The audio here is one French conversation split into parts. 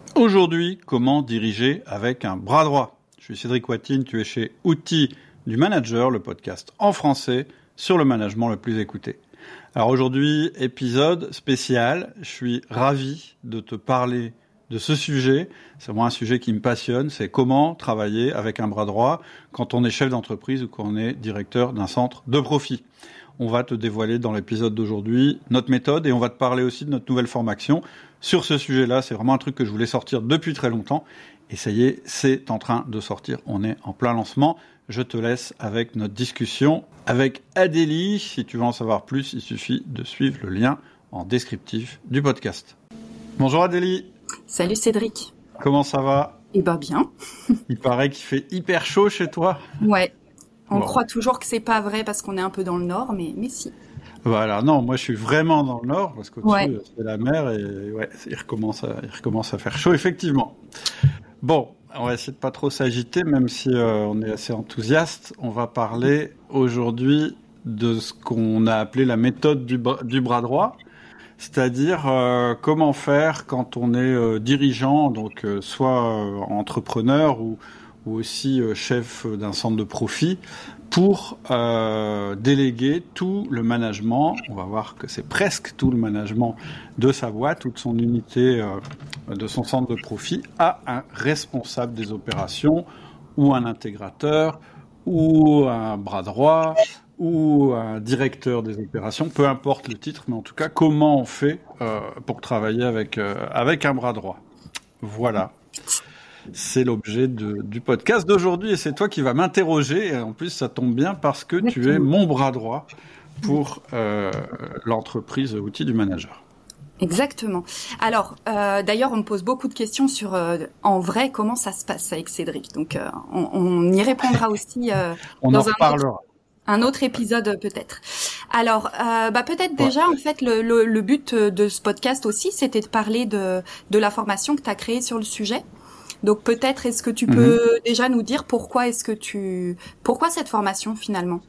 Aujourd'hui, comment diriger avec un bras droit? Je suis Cédric Watine, tu es chez Outils du Manager, le podcast en français sur le management le plus écouté. Alors aujourd'hui, épisode spécial, je suis ravi de te parler de ce sujet. C'est vraiment un sujet qui me passionne, c'est comment travailler avec un bras droit quand on est chef d'entreprise ou quand on est directeur d'un centre de profit. On va te dévoiler dans l'épisode d'aujourd'hui notre méthode et on va te parler aussi de notre nouvelle formation sur ce sujet-là. C'est vraiment un truc que je voulais sortir depuis très longtemps. Et ça y est, c'est en train de sortir. On est en plein lancement. Je te laisse avec notre discussion avec Adélie. Si tu veux en savoir plus, il suffit de suivre le lien en descriptif du podcast. Bonjour Adélie. Salut Cédric. Comment ça va? Eh ben bien. Il paraît qu'il fait hyper chaud chez toi. Ouais. On croit toujours que c'est pas vrai parce qu'on est un peu dans le nord, mais si. Voilà, non, moi je suis vraiment dans le nord parce qu'au-dessus c'est la mer et il recommence à faire chaud effectivement. Bon, on va essayer de pas trop s'agiter, même si on est assez enthousiaste. On va parler aujourd'hui de ce qu'on a appelé la méthode du bras droit, c'est-à-dire comment faire quand on est dirigeant, donc soit entrepreneur ou aussi chef d'un centre de profit, pour déléguer tout le management, on va voir que c'est presque tout le management de sa boîte ou de son unité, de son centre de profit, à un responsable des opérations, ou un intégrateur, ou un bras droit, ou un directeur des opérations, peu importe le titre, mais en tout cas, comment on fait pour travailler avec un bras droit. Voilà. C'est l'objet du podcast d'aujourd'hui et c'est toi qui vas m'interroger. Et en plus, ça tombe bien parce que tu es mon bras droit pour l'entreprise Outils du Manager. Exactement. Alors, d'ailleurs, on me pose beaucoup de questions sur, en vrai, comment ça se passe avec Cédric. Donc, on y répondra aussi dans un autre épisode peut-être. Alors, peut-être déjà, en fait, le but de ce podcast aussi, c'était de parler de la formation que tu as créée sur le sujet. Donc peut-être est-ce que tu peux déjà nous dire pourquoi cette formation finalement?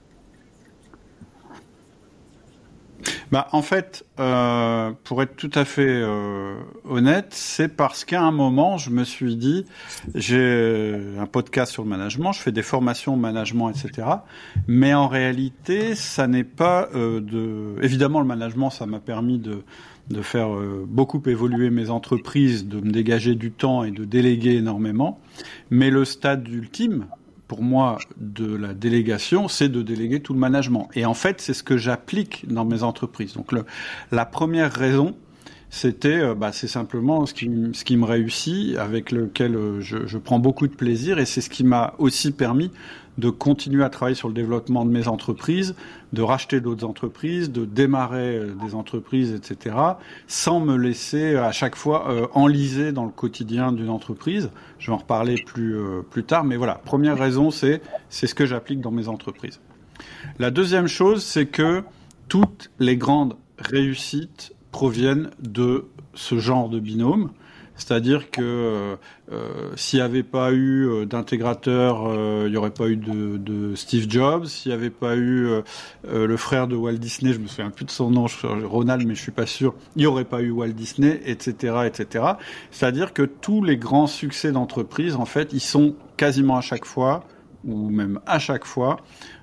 En fait, pour être tout à fait honnête, c'est parce qu'à un moment, je me suis dit, j'ai un podcast sur le management, je fais des formations au management, etc. Mais en réalité, ça n'est pas Évidemment, le management, ça m'a permis de faire beaucoup évoluer mes entreprises, de me dégager du temps et de déléguer énormément. Mais le stade ultime, pour moi, de la délégation, c'est de déléguer tout le management. Et en fait, c'est ce que j'applique dans mes entreprises. Donc, la première raison, c'était, c'est simplement ce qui me réussit, avec lequel je prends beaucoup de plaisir, et c'est ce qui m'a aussi permis de continuer à travailler sur le développement de mes entreprises, de racheter d'autres entreprises, de démarrer des entreprises, etc., sans me laisser à chaque fois enliser dans le quotidien d'une entreprise. Je vais en reparler plus tard, mais voilà, première raison, c'est ce que j'applique dans mes entreprises. La deuxième chose, c'est que toutes les grandes réussites proviennent de ce genre de binôme. C'est-à-dire que s'il n'y avait pas eu d'intégrateur, il n'y aurait pas eu de Steve Jobs. S'il n'y avait pas eu le frère de Walt Disney, je me souviens plus de son nom, Ronald, mais je suis pas sûr, il n'y aurait pas eu Walt Disney, etc., etc. C'est-à-dire que tous les grands succès d'entreprise, en fait, ils sont quasiment à chaque fois, ou même à chaque fois,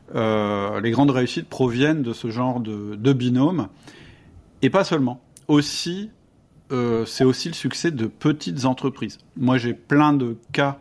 les grandes réussites proviennent de ce genre de binôme. Et pas seulement. Aussi, c'est aussi le succès de petites entreprises. Moi, j'ai plein de cas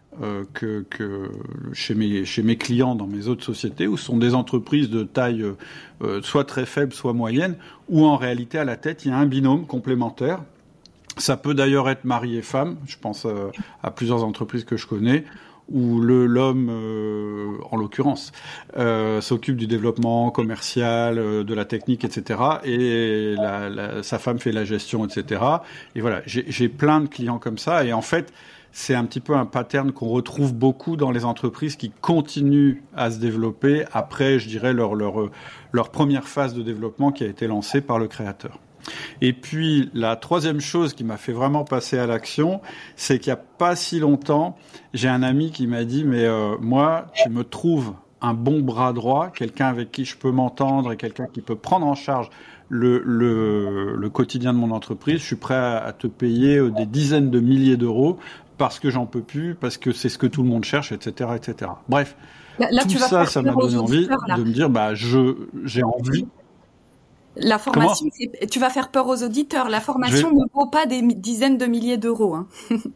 que chez mes clients dans mes autres sociétés, où ce sont des entreprises de taille soit très faible, soit moyenne, où en réalité, à la tête, il y a un binôme complémentaire. Ça peut d'ailleurs être mari et femme. Je pense à plusieurs entreprises que je connais, où l'homme, en l'occurrence, s'occupe du développement commercial, de la technique, etc. Et sa femme fait la gestion, etc. Et voilà, j'ai plein de clients comme ça. Et en fait, c'est un petit peu un pattern qu'on retrouve beaucoup dans les entreprises qui continuent à se développer après, je dirais, leur première phase de développement qui a été lancée par le créateur. Et puis, la troisième chose qui m'a fait vraiment passer à l'action, c'est qu'il n'y a pas si longtemps, j'ai un ami qui m'a dit « Mais moi, tu me trouves un bon bras droit, quelqu'un avec qui je peux m'entendre et quelqu'un qui peut prendre en charge le quotidien de mon entreprise, je suis prêt à te payer des dizaines de milliers d'euros parce que j'en peux plus, parce que c'est ce que tout le monde cherche, etc., etc. Bref, là, tout ça, ça m'a donné envie de me dire, j'ai envie. La formation, tu vas faire peur aux auditeurs. La formation ne vaut pas des dizaines de milliers d'euros. Hein.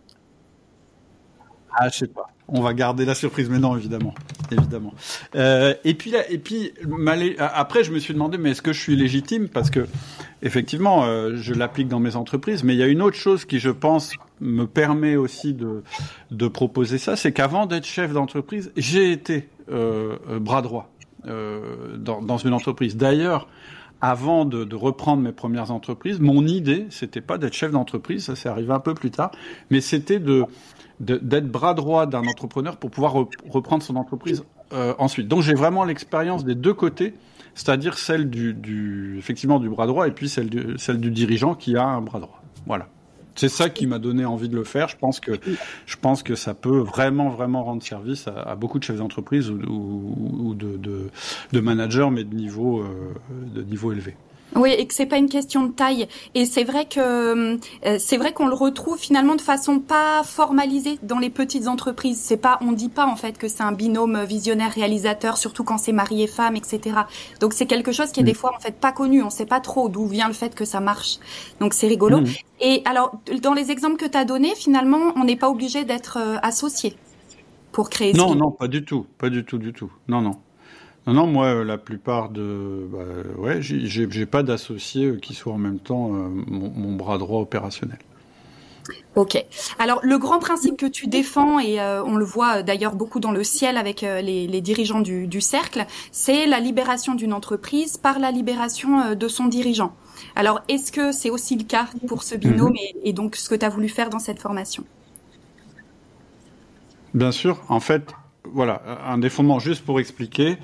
Ah, je sais pas. On va garder la surprise, mais non, évidemment. Et puis après, je me suis demandé, mais est-ce que je suis légitime ? Parce que, effectivement, je l'applique dans mes entreprises, mais il y a une autre chose qui, je pense, me permet aussi de proposer ça, c'est qu'avant d'être chef d'entreprise, j'ai été bras droit dans une entreprise. D'ailleurs, avant de reprendre mes premières entreprises, mon idée, c'était pas d'être chef d'entreprise, ça s'est arrivé un peu plus tard, mais c'était d'être bras droit d'un entrepreneur pour pouvoir reprendre son entreprise ensuite. Donc j'ai vraiment l'expérience des deux côtés, c'est-à-dire celle effectivement du bras droit et puis celle du dirigeant qui a un bras droit. Voilà. C'est ça qui m'a donné envie de le faire. Je pense que ça peut vraiment, vraiment rendre service à beaucoup de chefs d'entreprise ou de managers, mais de niveau élevé. Oui, et que c'est pas une question de taille. Et c'est vrai qu'on le retrouve finalement de façon pas formalisée dans les petites entreprises. On dit pas en fait que c'est un binôme visionnaire-réalisateur, surtout quand c'est mari et femme, etc. Donc c'est quelque chose qui est des fois en fait pas connu. On sait pas trop d'où vient le fait que ça marche. Donc c'est rigolo. Et alors, dans les exemples que tu as donnés, finalement, on n'est pas obligé d'être associé pour créer. Non, pas du tout. Non, moi, la plupart j'ai pas d'associé qui soit en même temps mon bras droit opérationnel. Ok. Alors, le grand principe que tu défends, et on le voit d'ailleurs beaucoup dans le ciel avec les dirigeants du cercle, c'est la libération d'une entreprise par la libération de son dirigeant. Alors, est-ce que c'est aussi le cas pour ce binôme et donc ce que tu as voulu faire dans cette formation ? Bien sûr. En fait, voilà, un des fondements, juste pour expliquer,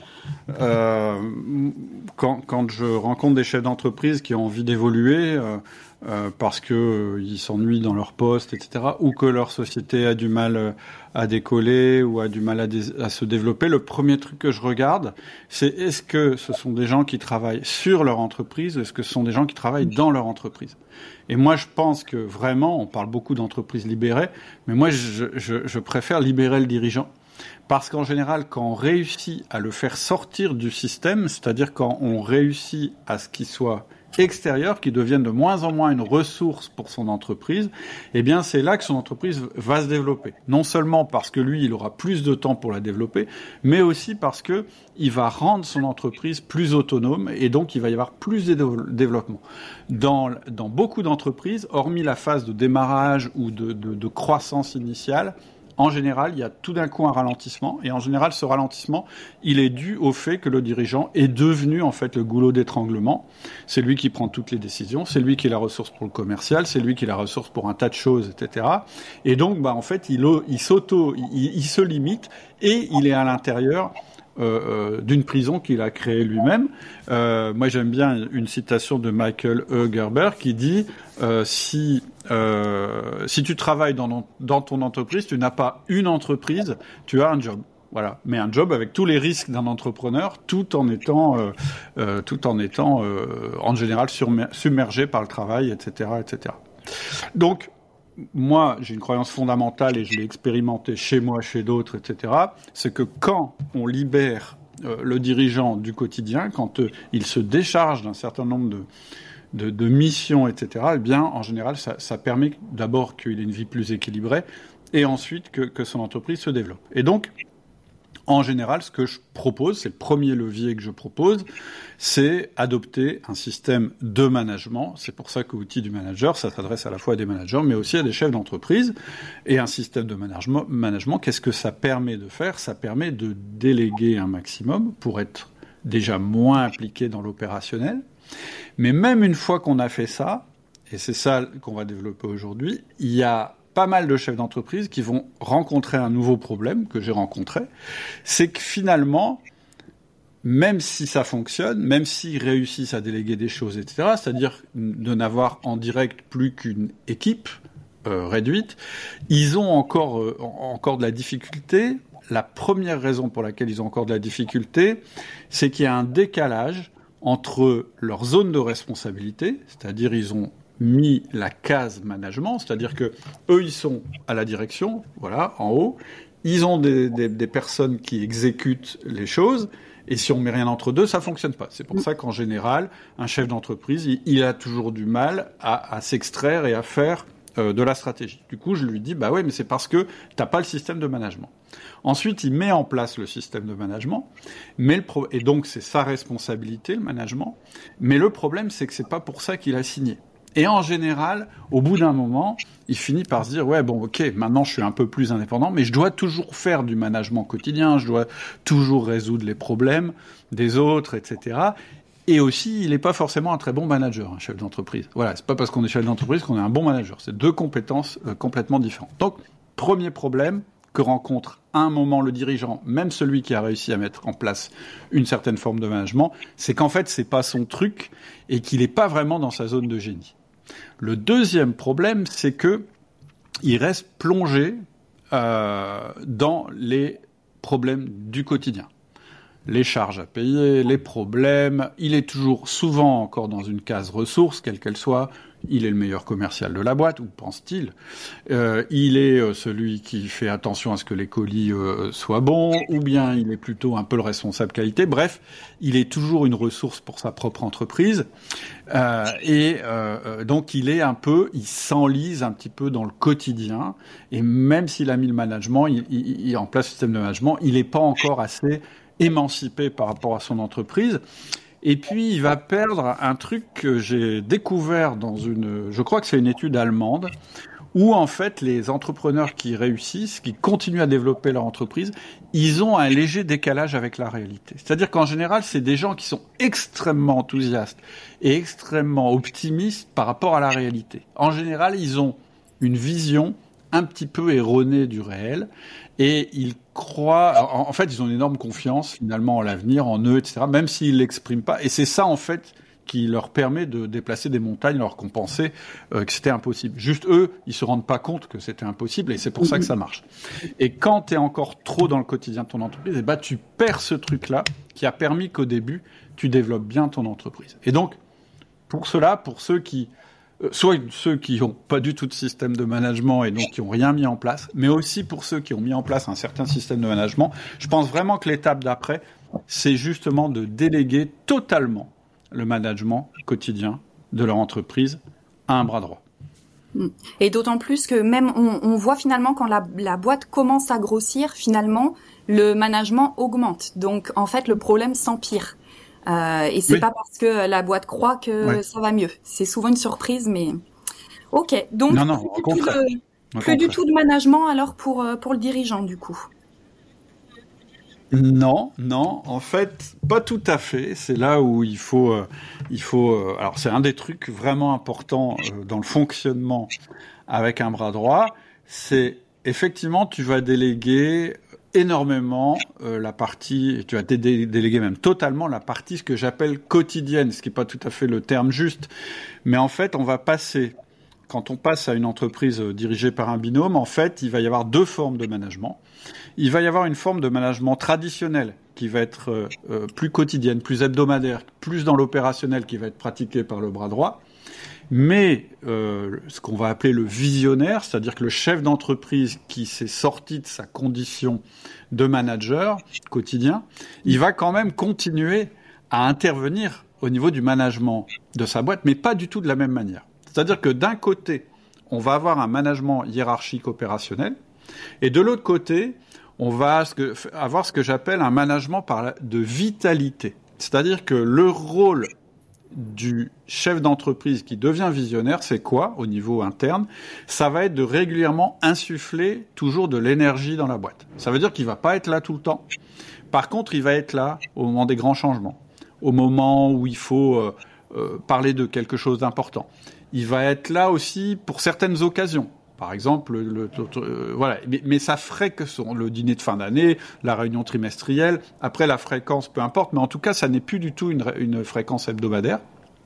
quand je rencontre des chefs d'entreprise qui ont envie d'évoluer parce que ils s'ennuient dans leur poste, etc., ou que leur société a du mal à décoller ou a du mal à se développer, le premier truc que je regarde, c'est est-ce que ce sont des gens qui travaillent sur leur entreprise, ou est-ce que ce sont des gens qui travaillent dans leur entreprise. Et moi, je pense que vraiment, on parle beaucoup d'entreprises libérées, mais moi, je préfère libérer le dirigeant. Parce qu'en général, quand on réussit à le faire sortir du système, c'est-à-dire quand on réussit à ce qu'il soit extérieur, qu'il devienne de moins en moins une ressource pour son entreprise, eh bien c'est là que son entreprise va se développer. Non seulement parce que lui, il aura plus de temps pour la développer, mais aussi parce que il va rendre son entreprise plus autonome et donc il va y avoir plus de développement. Dans beaucoup d'entreprises, hormis la phase de démarrage ou de croissance initiale, en général, il y a tout d'un coup un ralentissement. Et en général, ce ralentissement, il est dû au fait que le dirigeant est devenu, en fait, le goulot d'étranglement. C'est lui qui prend toutes les décisions. C'est lui qui est la ressource pour le commercial. C'est lui qui est la ressource pour un tas de choses, etc. Et donc, en fait, il se limite et il est à l'intérieur d'une prison qu'il a créée lui-même. Moi, j'aime bien une citation de Michael E. Gerber qui dit si tu travailles dans ton entreprise, tu n'as pas une entreprise, tu as un job. Voilà, mais un job avec tous les risques d'un entrepreneur, tout en étant en général submergé par le travail, etc., etc. Donc moi, j'ai une croyance fondamentale et je l'ai expérimenté chez moi, chez d'autres, etc. C'est que quand on libère le dirigeant du quotidien, quand il se décharge d'un certain nombre de missions, etc., eh bien, en général, ça permet d'abord qu'il ait une vie plus équilibrée et ensuite que son entreprise se développe. Et donc, en général, ce que je propose, c'est le premier levier que je propose, c'est adopter un système de management. C'est pour ça que l'outil du manager, ça s'adresse à la fois à des managers, mais aussi à des chefs d'entreprise. Et un système de management, qu'est-ce que ça permet de faire ? Ça permet de déléguer un maximum pour être déjà moins impliqué dans l'opérationnel. Mais même une fois qu'on a fait ça, et c'est ça qu'on va développer aujourd'hui, il y a pas mal de chefs d'entreprise qui vont rencontrer un nouveau problème que j'ai rencontré, c'est que finalement, même si ça fonctionne, même s'ils réussissent à déléguer des choses, etc., c'est-à-dire de n'avoir en direct plus qu'une équipe réduite, ils ont encore de la difficulté. La première raison pour laquelle ils ont encore de la difficulté, c'est qu'il y a un décalage entre leur zone de responsabilité, c'est-à-dire ils ont mis la case management, c'est-à-dire que eux ils sont à la direction, voilà, en haut, ils ont des personnes qui exécutent les choses, et si on met rien entre deux, ça fonctionne pas. C'est pour ça qu'en général, un chef d'entreprise, il a toujours du mal à s'extraire et à faire de la stratégie. Du coup, je lui dis, bah ouais, mais c'est parce que t'as pas le système de management. Ensuite, il met en place le système de management, et donc c'est sa responsabilité, le management. Mais le problème, c'est que c'est pas pour ça qu'il a signé. Et en général, au bout d'un moment, il finit par se dire, ouais, bon, ok, maintenant je suis un peu plus indépendant, mais je dois toujours faire du management quotidien, je dois toujours résoudre les problèmes des autres, etc. Et aussi, il n'est pas forcément un très bon manager, un chef d'entreprise. Voilà, c'est pas parce qu'on est chef d'entreprise qu'on est un bon manager. C'est deux compétences complètement différentes. Donc, premier problème que rencontre à un moment le dirigeant, même celui qui a réussi à mettre en place une certaine forme de management, c'est qu'en fait, c'est pas son truc et qu'il n'est pas vraiment dans sa zone de génie. Le deuxième problème, c'est que il reste plongé dans les problèmes du quotidien. Les charges à payer, les problèmes. Il est toujours souvent encore dans une case ressources, quelle qu'elle soit. Il est le meilleur commercial de la boîte, ou pense-t-il. Il est celui qui fait attention à ce que les colis soient bons, ou bien il est plutôt un peu le responsable qualité. Bref, il est toujours une ressource pour sa propre entreprise. Donc il s'enlise un petit peu dans le quotidien. Et même s'il a mis le management, il en place le système de management, il n'est pas encore assez émancipé par rapport à son entreprise. Et puis, il va perdre un truc que j'ai découvert je crois que c'est une étude allemande, où en fait, les entrepreneurs qui réussissent, qui continuent à développer leur entreprise, ils ont un léger décalage avec la réalité. C'est-à-dire qu'en général, c'est des gens qui sont extrêmement enthousiastes et extrêmement optimistes par rapport à la réalité. En général, ils ont une vision un petit peu erronée du réel, et ils croient, en fait, ils ont une énorme confiance finalement en l'avenir, en eux, etc., même s'ils l'expriment pas. Et c'est ça, en fait, qui leur permet de déplacer des montagnes, alors qu'on pensait que c'était impossible. Juste eux, ils se rendent pas compte que c'était impossible, et c'est pour ça que ça marche. Et quand tu es encore trop dans le quotidien de ton entreprise, eh ben, tu perds ce truc-là qui a permis qu'au début, tu développes bien ton entreprise. Et donc, pour cela, pour ceux qui soit ceux qui n'ont pas du tout de système de management et donc qui n'ont rien mis en place, mais aussi pour ceux qui ont mis en place un certain système de management, je pense vraiment que l'étape d'après, c'est justement de déléguer totalement le management quotidien de leur entreprise à un bras droit. Et d'autant plus que même on voit finalement quand la boîte commence à grossir, finalement, le management augmente. Donc en fait, le problème s'empire. Et c'est pas parce que la boîte croit que ça va mieux. C'est souvent une surprise, mais ok. Donc plus du tout de management alors pour le dirigeant du coup. Non, en fait, pas tout à fait. C'est là où il faut. Alors c'est un des trucs vraiment importants dans le fonctionnement avec un bras droit. C'est effectivement tu vas déléguer énormément la partie, et tu vas déléguer même totalement la partie ce que j'appelle quotidienne, ce qui n'est pas tout à fait le terme juste, mais en fait on va passer, quand on passe à une entreprise dirigée par un binôme, en fait il va y avoir deux formes de management. Il va y avoir une forme de management traditionnel qui va être plus quotidienne, plus hebdomadaire, plus dans l'opérationnel, qui va être pratiqué par le bras droit. Mais ce qu'on va appeler le visionnaire, c'est-à-dire que le chef d'entreprise qui s'est sorti de sa condition de manager quotidien, il va quand même continuer à intervenir au niveau du management de sa boîte, mais pas du tout de la même manière. C'est-à-dire que d'un côté, on va avoir un management hiérarchique opérationnel, et de l'autre côté, on va avoir ce que j'appelle un management de vitalité. C'est-à-dire que le rôle du chef d'entreprise qui devient visionnaire, c'est quoi au niveau interne? Ça va être de régulièrement insuffler toujours de l'énergie dans la boîte. Ça veut dire qu'il va pas être là tout le temps. Par contre, il va être là au moment des grands changements, au moment où il faut parler de quelque chose d'important. Il va être là aussi pour certaines occasions. Par exemple, voilà. Mais ça ferait que le dîner de fin d'année, la réunion trimestrielle, après la fréquence, peu importe. Mais en tout cas, ça n'est plus du tout une fréquence hebdomadaire.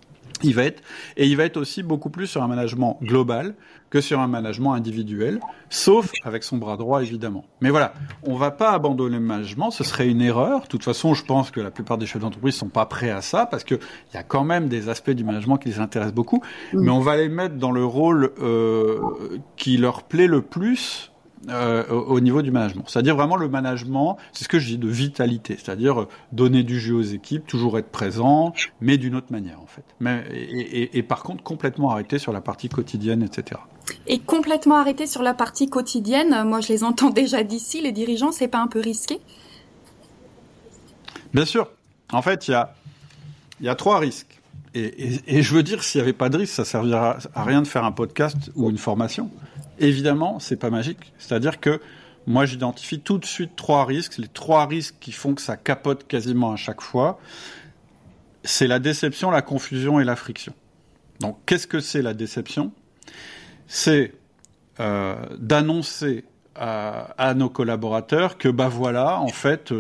Il va être aussi beaucoup plus sur un management global que sur un management individuel, sauf avec son bras droit, évidemment. Mais voilà, on va pas abandonner le management, ce serait une erreur. De toute façon, je pense que la plupart des chefs d'entreprise sont pas prêts à ça, parce que il y a quand même des aspects du management qui les intéressent beaucoup, mais on va les mettre dans le rôle qui leur plaît le plus, au niveau du management. C'est-à-dire vraiment le management, c'est ce que je dis de vitalité, c'est-à-dire donner du jus aux équipes, toujours être présent, mais d'une autre manière en fait. Et par contre complètement arrêter sur la partie quotidienne, etc. Et complètement arrêter sur la partie quotidienne, moi je les entends déjà d'ici, les dirigeants, c'est pas un peu risqué ? Bien sûr. En fait, il y a 3 risques. Et je veux dire, s'il n'y avait pas de risque, ça servira à rien de faire un podcast ou une formation. Évidemment, c'est pas magique. C'est-à-dire que moi, j'identifie tout de suite 3 risques. Les 3 risques qui font que ça capote quasiment à chaque fois, c'est la déception, la confusion et la friction. Donc, qu'est-ce que c'est la déception ? C'est d'annoncer à nos collaborateurs que voilà, en fait,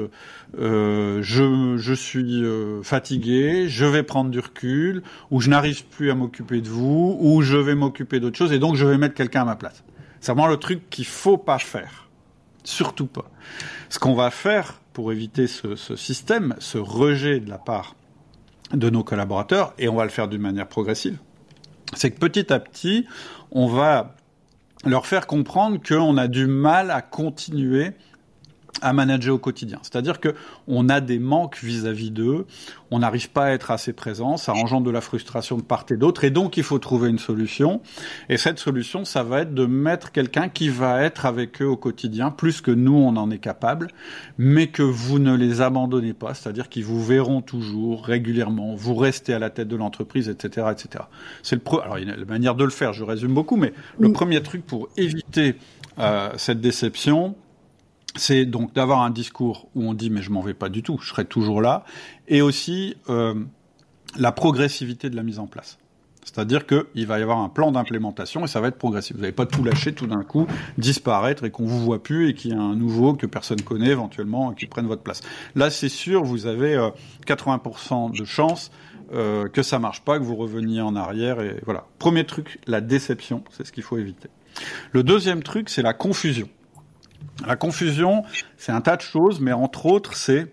je suis fatigué, je vais prendre du recul, ou je n'arrive plus à m'occuper de vous, ou je vais m'occuper d'autre chose, et donc je vais mettre quelqu'un à ma place. C'est vraiment le truc qu'il faut pas faire, surtout pas. Ce qu'on va faire pour éviter ce système, ce rejet de la part de nos collaborateurs, et on va le faire d'une manière progressive, c'est que petit à petit, on va leur faire comprendre qu'on a du mal à continuer à manager au quotidien. C'est-à-dire que on a des manques vis-à-vis d'eux, on n'arrive pas à être assez présent, ça engendre de la frustration de part et d'autre, et donc il faut trouver une solution. Et cette solution, ça va être de mettre quelqu'un qui va être avec eux au quotidien, plus que nous, on en est capable, mais que vous ne les abandonnez pas, c'est-à-dire qu'ils vous verront toujours, régulièrement, vous restez à la tête de l'entreprise, etc., etc. Alors, il y a une manière de le faire, je résume beaucoup, mais le premier truc pour éviter cette déception, c'est donc d'avoir un discours où on dit mais je m'en vais pas du tout, je serai toujours là, et aussi la progressivité de la mise en place. C'est-à-dire qu'il va y avoir un plan d'implémentation et ça va être progressif. Vous n'allez pas tout lâcher tout d'un coup, disparaître et qu'on vous voit plus et qu'il y a un nouveau que personne connaît éventuellement qui prenne votre place. Là, c'est sûr, vous avez 80% de chances que ça marche pas, que vous reveniez en arrière et voilà. Premier truc, la déception, c'est ce qu'il faut éviter. Le deuxième truc, c'est la confusion. La confusion, c'est un tas de choses, mais entre autres, c'est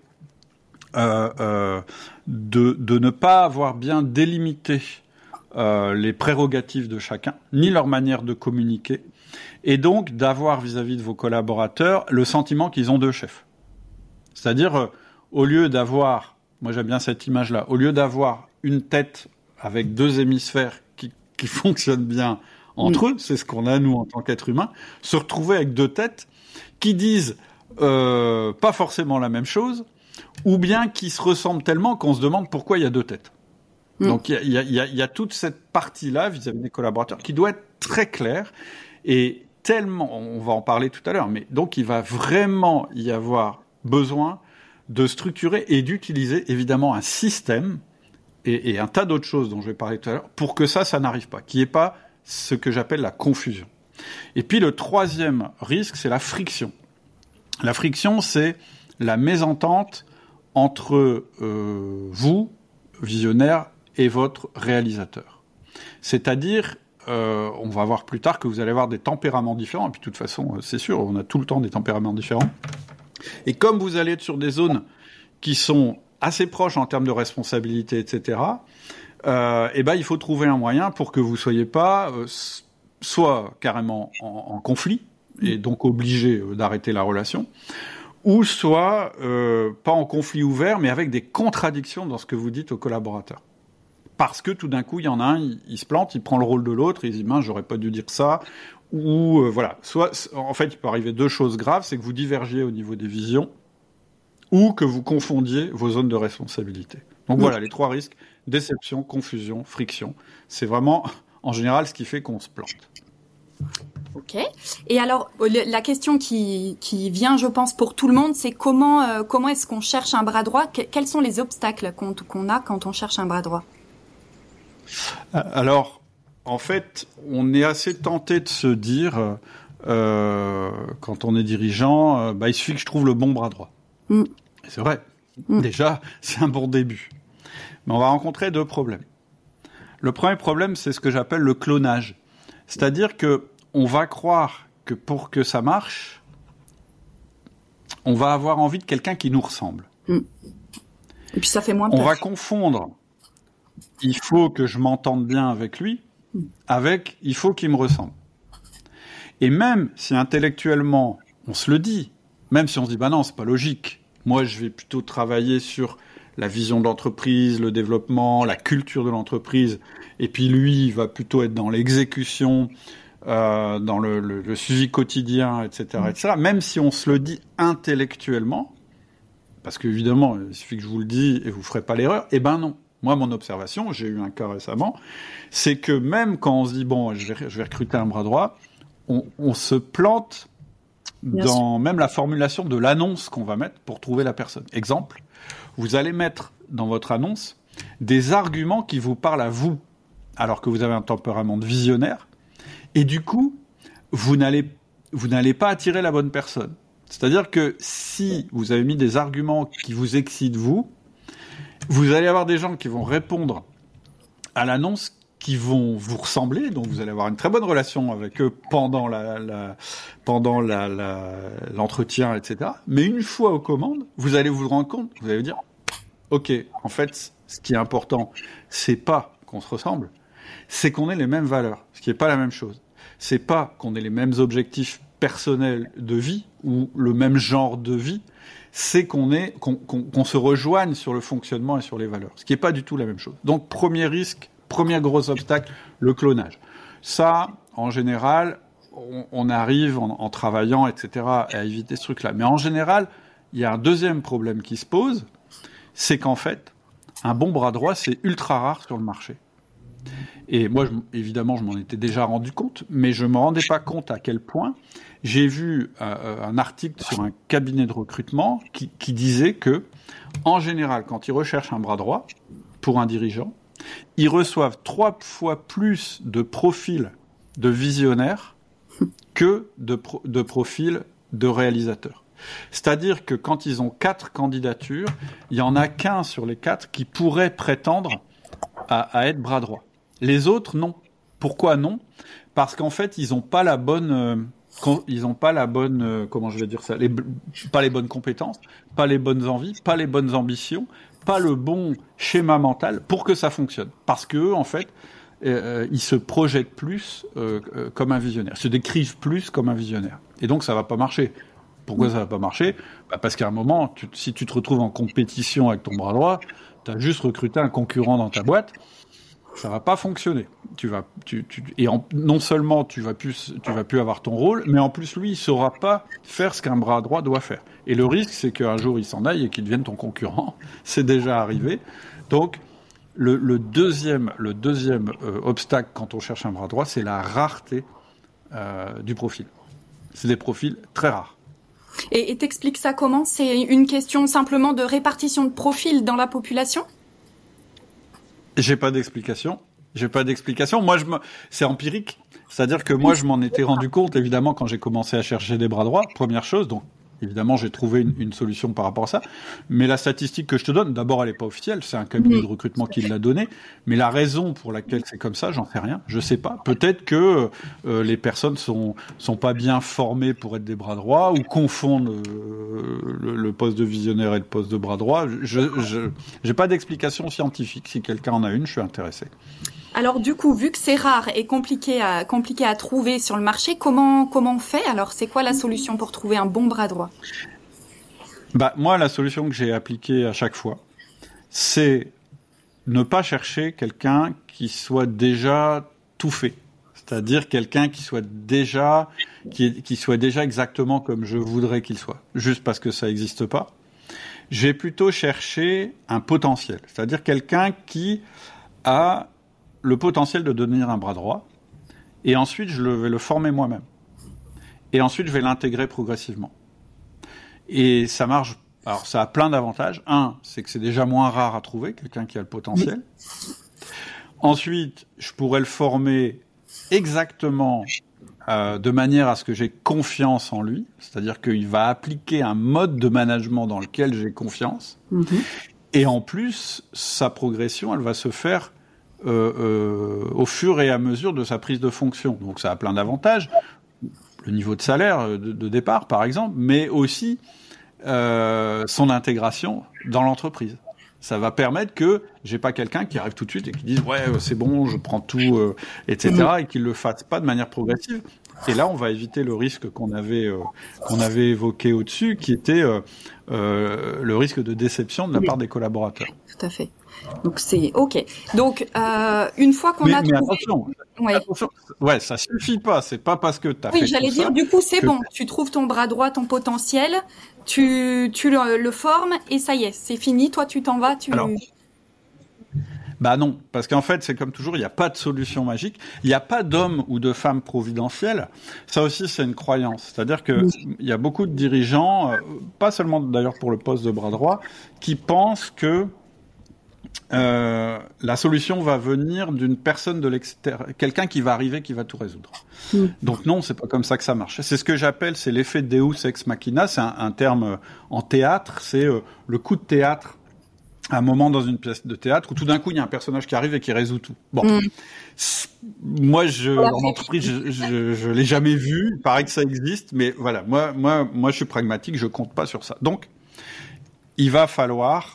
de ne pas avoir bien délimité les prérogatives de chacun, ni leur manière de communiquer, et donc d'avoir vis-à-vis de vos collaborateurs le sentiment qu'ils ont 2 chefs. C'est-à-dire, au lieu d'avoir, moi j'aime bien cette image-là, au lieu d'avoir une tête avec 2 hémisphères qui fonctionnent bien entre eux, c'est ce qu'on a nous en tant qu'être humain, se retrouver avec 2 têtes qui disent pas forcément la même chose, ou bien qui se ressemblent tellement qu'on se demande pourquoi il y a 2 têtes. Donc il y a toute cette partie-là vis-à-vis des collaborateurs qui doit être très claire, et tellement, on va en parler tout à l'heure, mais donc il va vraiment y avoir besoin de structurer et d'utiliser évidemment un système et un tas d'autres choses dont je vais parler tout à l'heure pour que ça n'arrive pas, qu'il n'y ait pas ce que j'appelle la confusion. Et puis le troisième risque, c'est la friction. La friction, c'est la mésentente entre vous, visionnaire, et votre réalisateur. C'est-à-dire, on va voir plus tard que vous allez avoir des tempéraments différents, et puis de toute façon, c'est sûr, on a tout le temps des tempéraments différents. Et comme vous allez être sur des zones qui sont assez proches en termes de responsabilité, etc., il faut trouver un moyen pour que vous soyez pas soit carrément en conflit, et donc obligé d'arrêter la relation, ou soit pas en conflit ouvert, mais avec des contradictions dans ce que vous dites aux collaborateurs. Parce que tout d'un coup, il y en a un, il se plante, il prend le rôle de l'autre, et il dit « mince, j'aurais pas dû dire ça », ou voilà. Soit, en fait, il peut arriver 2 choses graves, c'est que vous divergiez au niveau des visions, ou que vous confondiez vos zones de responsabilité. Donc voilà, les 3 risques, déception, confusion, friction. C'est vraiment, en général, ce qui fait qu'on se plante. Ok. Et alors, la question qui vient, je pense, pour tout le monde, c'est comment est-ce qu'on cherche un bras droit ? Quels sont les obstacles qu'on a quand on cherche un bras droit ? Alors, en fait, on est assez tenté de se dire, quand on est dirigeant, il suffit que je trouve le bon bras droit. Et c'est vrai. Déjà, c'est un bon début. Mais on va rencontrer 2 problèmes. Le premier problème, c'est ce que j'appelle le clonage. C'est-à-dire que on va croire que pour que ça marche, on va avoir envie de quelqu'un qui nous ressemble. Et puis ça fait moins peur. On va confondre « il faut que je m'entende bien avec lui » avec « il faut qu'il me ressemble ». Et même si intellectuellement, on se le dit, même si on se dit « bah non, c'est pas logique, moi je vais plutôt travailler sur la vision de l'entreprise, le développement, la culture de l'entreprise, et puis lui, il va plutôt être dans l'exécution, dans le suivi quotidien, etc., etc. » Même si on se le dit intellectuellement, parce qu'évidemment, il suffit que je vous le dise et vous ferez pas l'erreur, eh ben non. Moi, mon observation, j'ai eu un cas récemment, c'est que même quand on se dit « bon, je vais recruter un bras droit », on se plante dans même la formulation de l'annonce qu'on va mettre pour trouver la personne. Exemple, vous allez mettre dans votre annonce des arguments qui vous parlent à vous, alors que vous avez un tempérament de visionnaire, et du coup, vous n'allez pas attirer la bonne personne. C'est-à-dire que si vous avez mis des arguments qui vous excitent vous allez avoir des gens qui vont répondre à l'annonce qui vont vous ressembler, donc vous allez avoir une très bonne relation avec eux pendant l'entretien, etc. Mais une fois aux commandes, vous allez vous rendre compte, vous allez vous dire, ok, en fait, ce qui est important, c'est pas qu'on se ressemble, c'est qu'on ait les mêmes valeurs, ce qui n'est pas la même chose. C'est pas qu'on ait les mêmes objectifs personnels de vie ou le même genre de vie, c'est qu'on se rejoigne sur le fonctionnement et sur les valeurs, ce qui n'est pas du tout la même chose. Donc, premier risque, premier gros obstacle, le clonage. Ça, en général, on arrive en travaillant, etc., à éviter ce truc-là. Mais en général, il y a un deuxième problème qui se pose, c'est qu'en fait, un bon bras droit, c'est ultra rare sur le marché. Et moi, évidemment, je m'en étais déjà rendu compte, mais je ne me rendais pas compte à quel point. J'ai vu un article sur un cabinet de recrutement qui disait que, en général, quand ils recherchent un bras droit pour un dirigeant, ils reçoivent 3 fois plus de profils de visionnaires que de profils de réalisateurs. C'est-à-dire que quand ils ont 4 candidatures, il n'y en a qu'un sur les 4 qui pourrait prétendre à être bras droit. Les autres, non. Pourquoi non ? Parce qu'en fait, ils n'ont pas la bonne... comment je vais dire ça, pas les bonnes compétences, pas les bonnes envies, pas les bonnes ambitions, pas le bon schéma mental pour que ça fonctionne. Parce qu'eux, en fait, ils se projettent plus comme un visionnaire, se décrivent plus comme un visionnaire. Et donc, ça va pas marcher. Pourquoi ça va pas marcher ? Parce qu'à un moment, si tu te retrouves en compétition avec ton bras droit, tu as juste recruté un concurrent dans ta boîte, ça va pas fonctionner. Non seulement tu vas plus avoir ton rôle, mais en plus lui il saura pas faire ce qu'un bras droit doit faire. Et le risque c'est qu'un jour il s'en aille et qu'il devienne ton concurrent. C'est déjà arrivé. Donc le deuxième obstacle quand on cherche un bras droit, c'est la rareté du profil. C'est des profils très rares. Et t'expliques ça comment ? C'est une question simplement de répartition de profils dans la population ? J'ai pas d'explication. Moi, c'est empirique. C'est-à-dire que moi, je m'en étais rendu compte, évidemment, quand j'ai commencé à chercher des bras droits. Première chose, donc, évidemment, j'ai trouvé une solution par rapport à ça. Mais la statistique que je te donne, d'abord, elle est pas officielle. C'est un cabinet de recrutement qui l'a donnée. Mais la raison pour laquelle c'est comme ça, j'en sais rien. Je sais pas. Peut-être que les personnes sont pas bien formées pour être des bras droits ou confondent le poste de visionnaire et le poste de bras droit. J'ai pas d'explication scientifique. Si quelqu'un en a une, je suis intéressé. Alors du coup, vu que c'est rare et compliqué à trouver sur le marché, comment on fait ? Alors c'est quoi la solution pour trouver un bon bras droit ? Moi, la solution que j'ai appliquée à chaque fois, c'est ne pas chercher quelqu'un qui soit déjà tout fait. C'est-à-dire quelqu'un qui soit déjà exactement comme je voudrais qu'il soit, juste parce que ça n'existe pas. J'ai plutôt cherché un potentiel, c'est-à-dire quelqu'un qui a le potentiel de devenir un bras droit, et ensuite je vais le former moi-même. Et ensuite je vais l'intégrer progressivement. Et ça marche, alors ça a plein d'avantages. Un, c'est que c'est déjà moins rare à trouver, quelqu'un qui a le potentiel. Ensuite, je pourrais le former exactement de manière à ce que j'ai confiance en lui, c'est-à-dire qu'il va appliquer un mode de management dans lequel j'ai confiance. Et en plus, sa progression, elle va se faire au fur et à mesure de sa prise de fonction. Donc ça a plein d'avantages, le niveau de salaire de départ par exemple, mais aussi son intégration dans l'entreprise. Ça va permettre que j'ai pas quelqu'un qui arrive tout de suite et qui dise ouais c'est bon, je prends tout, etc. et qu'il le fasse pas de manière progressive. Et là, on va éviter le risque qu'on avait évoqué au-dessus, qui était le risque de déception de la part des collaborateurs. Tout à fait. Donc c'est ok. Donc une fois qu'on a trouvé. Mais attention, ouais, ça suffit pas. C'est pas parce que tu as fait. Oui, j'allais dire. Du coup, c'est bon. Tu trouves ton bras droit, ton potentiel, tu le formes et ça y est, c'est fini. Toi, tu t'en vas. Alors, bah non, parce qu'en fait, c'est comme toujours, il n'y a pas de solution magique. Il n'y a pas d'homme ou de femme providentielle. Ça aussi, c'est une croyance. C'est-à-dire que il y a beaucoup de dirigeants, pas seulement d'ailleurs pour le poste de bras droit, qui pensent que la solution va venir d'une personne de l'extérieur, quelqu'un qui va arriver, qui va tout résoudre. Donc non, c'est pas comme ça que ça marche. C'est ce que j'appelle, c'est l'effet Deus ex machina. C'est un terme en théâtre. C'est le coup de théâtre. À un moment dans une pièce de théâtre où tout d'un coup il y a un personnage qui arrive et qui résout tout. Bon, moi en entreprise je l'ai jamais vu. Il paraît que ça existe, mais voilà, moi je suis pragmatique, je compte pas sur ça. Donc il va falloir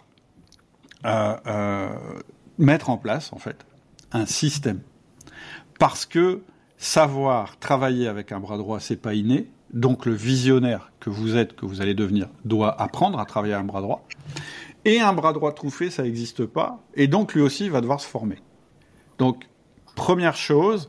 mettre en place en fait un système, parce que savoir travailler avec un bras droit c'est pas inné. Donc le visionnaire que vous êtes, que vous allez devenir, doit apprendre à travailler à un bras droit. Et un bras droit tout fait, ça n'existe pas. Et donc, lui aussi, il va devoir se former. Donc, première chose,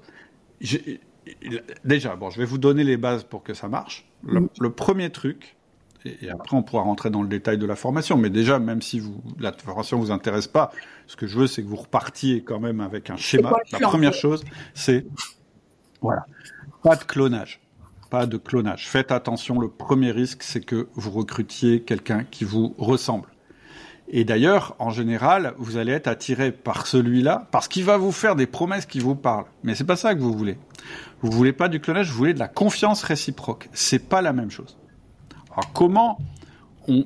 déjà, bon, je vais vous donner les bases pour que ça marche. Le premier truc, et après on pourra rentrer dans le détail de la formation, mais déjà, même si la formation ne vous intéresse pas, ce que je veux, c'est que vous repartiez quand même avec un schéma. La première chose, c'est, voilà, pas de clonage. Pas de clonage. Faites attention, le premier risque, c'est que vous recrutiez quelqu'un qui vous ressemble. Et d'ailleurs, en général, vous allez être attiré par celui-là parce qu'il va vous faire des promesses qui vous parlent. Mais c'est pas ça que vous voulez. Vous voulez pas du clonage, vous voulez de la confiance réciproque. C'est pas la même chose. Alors comment on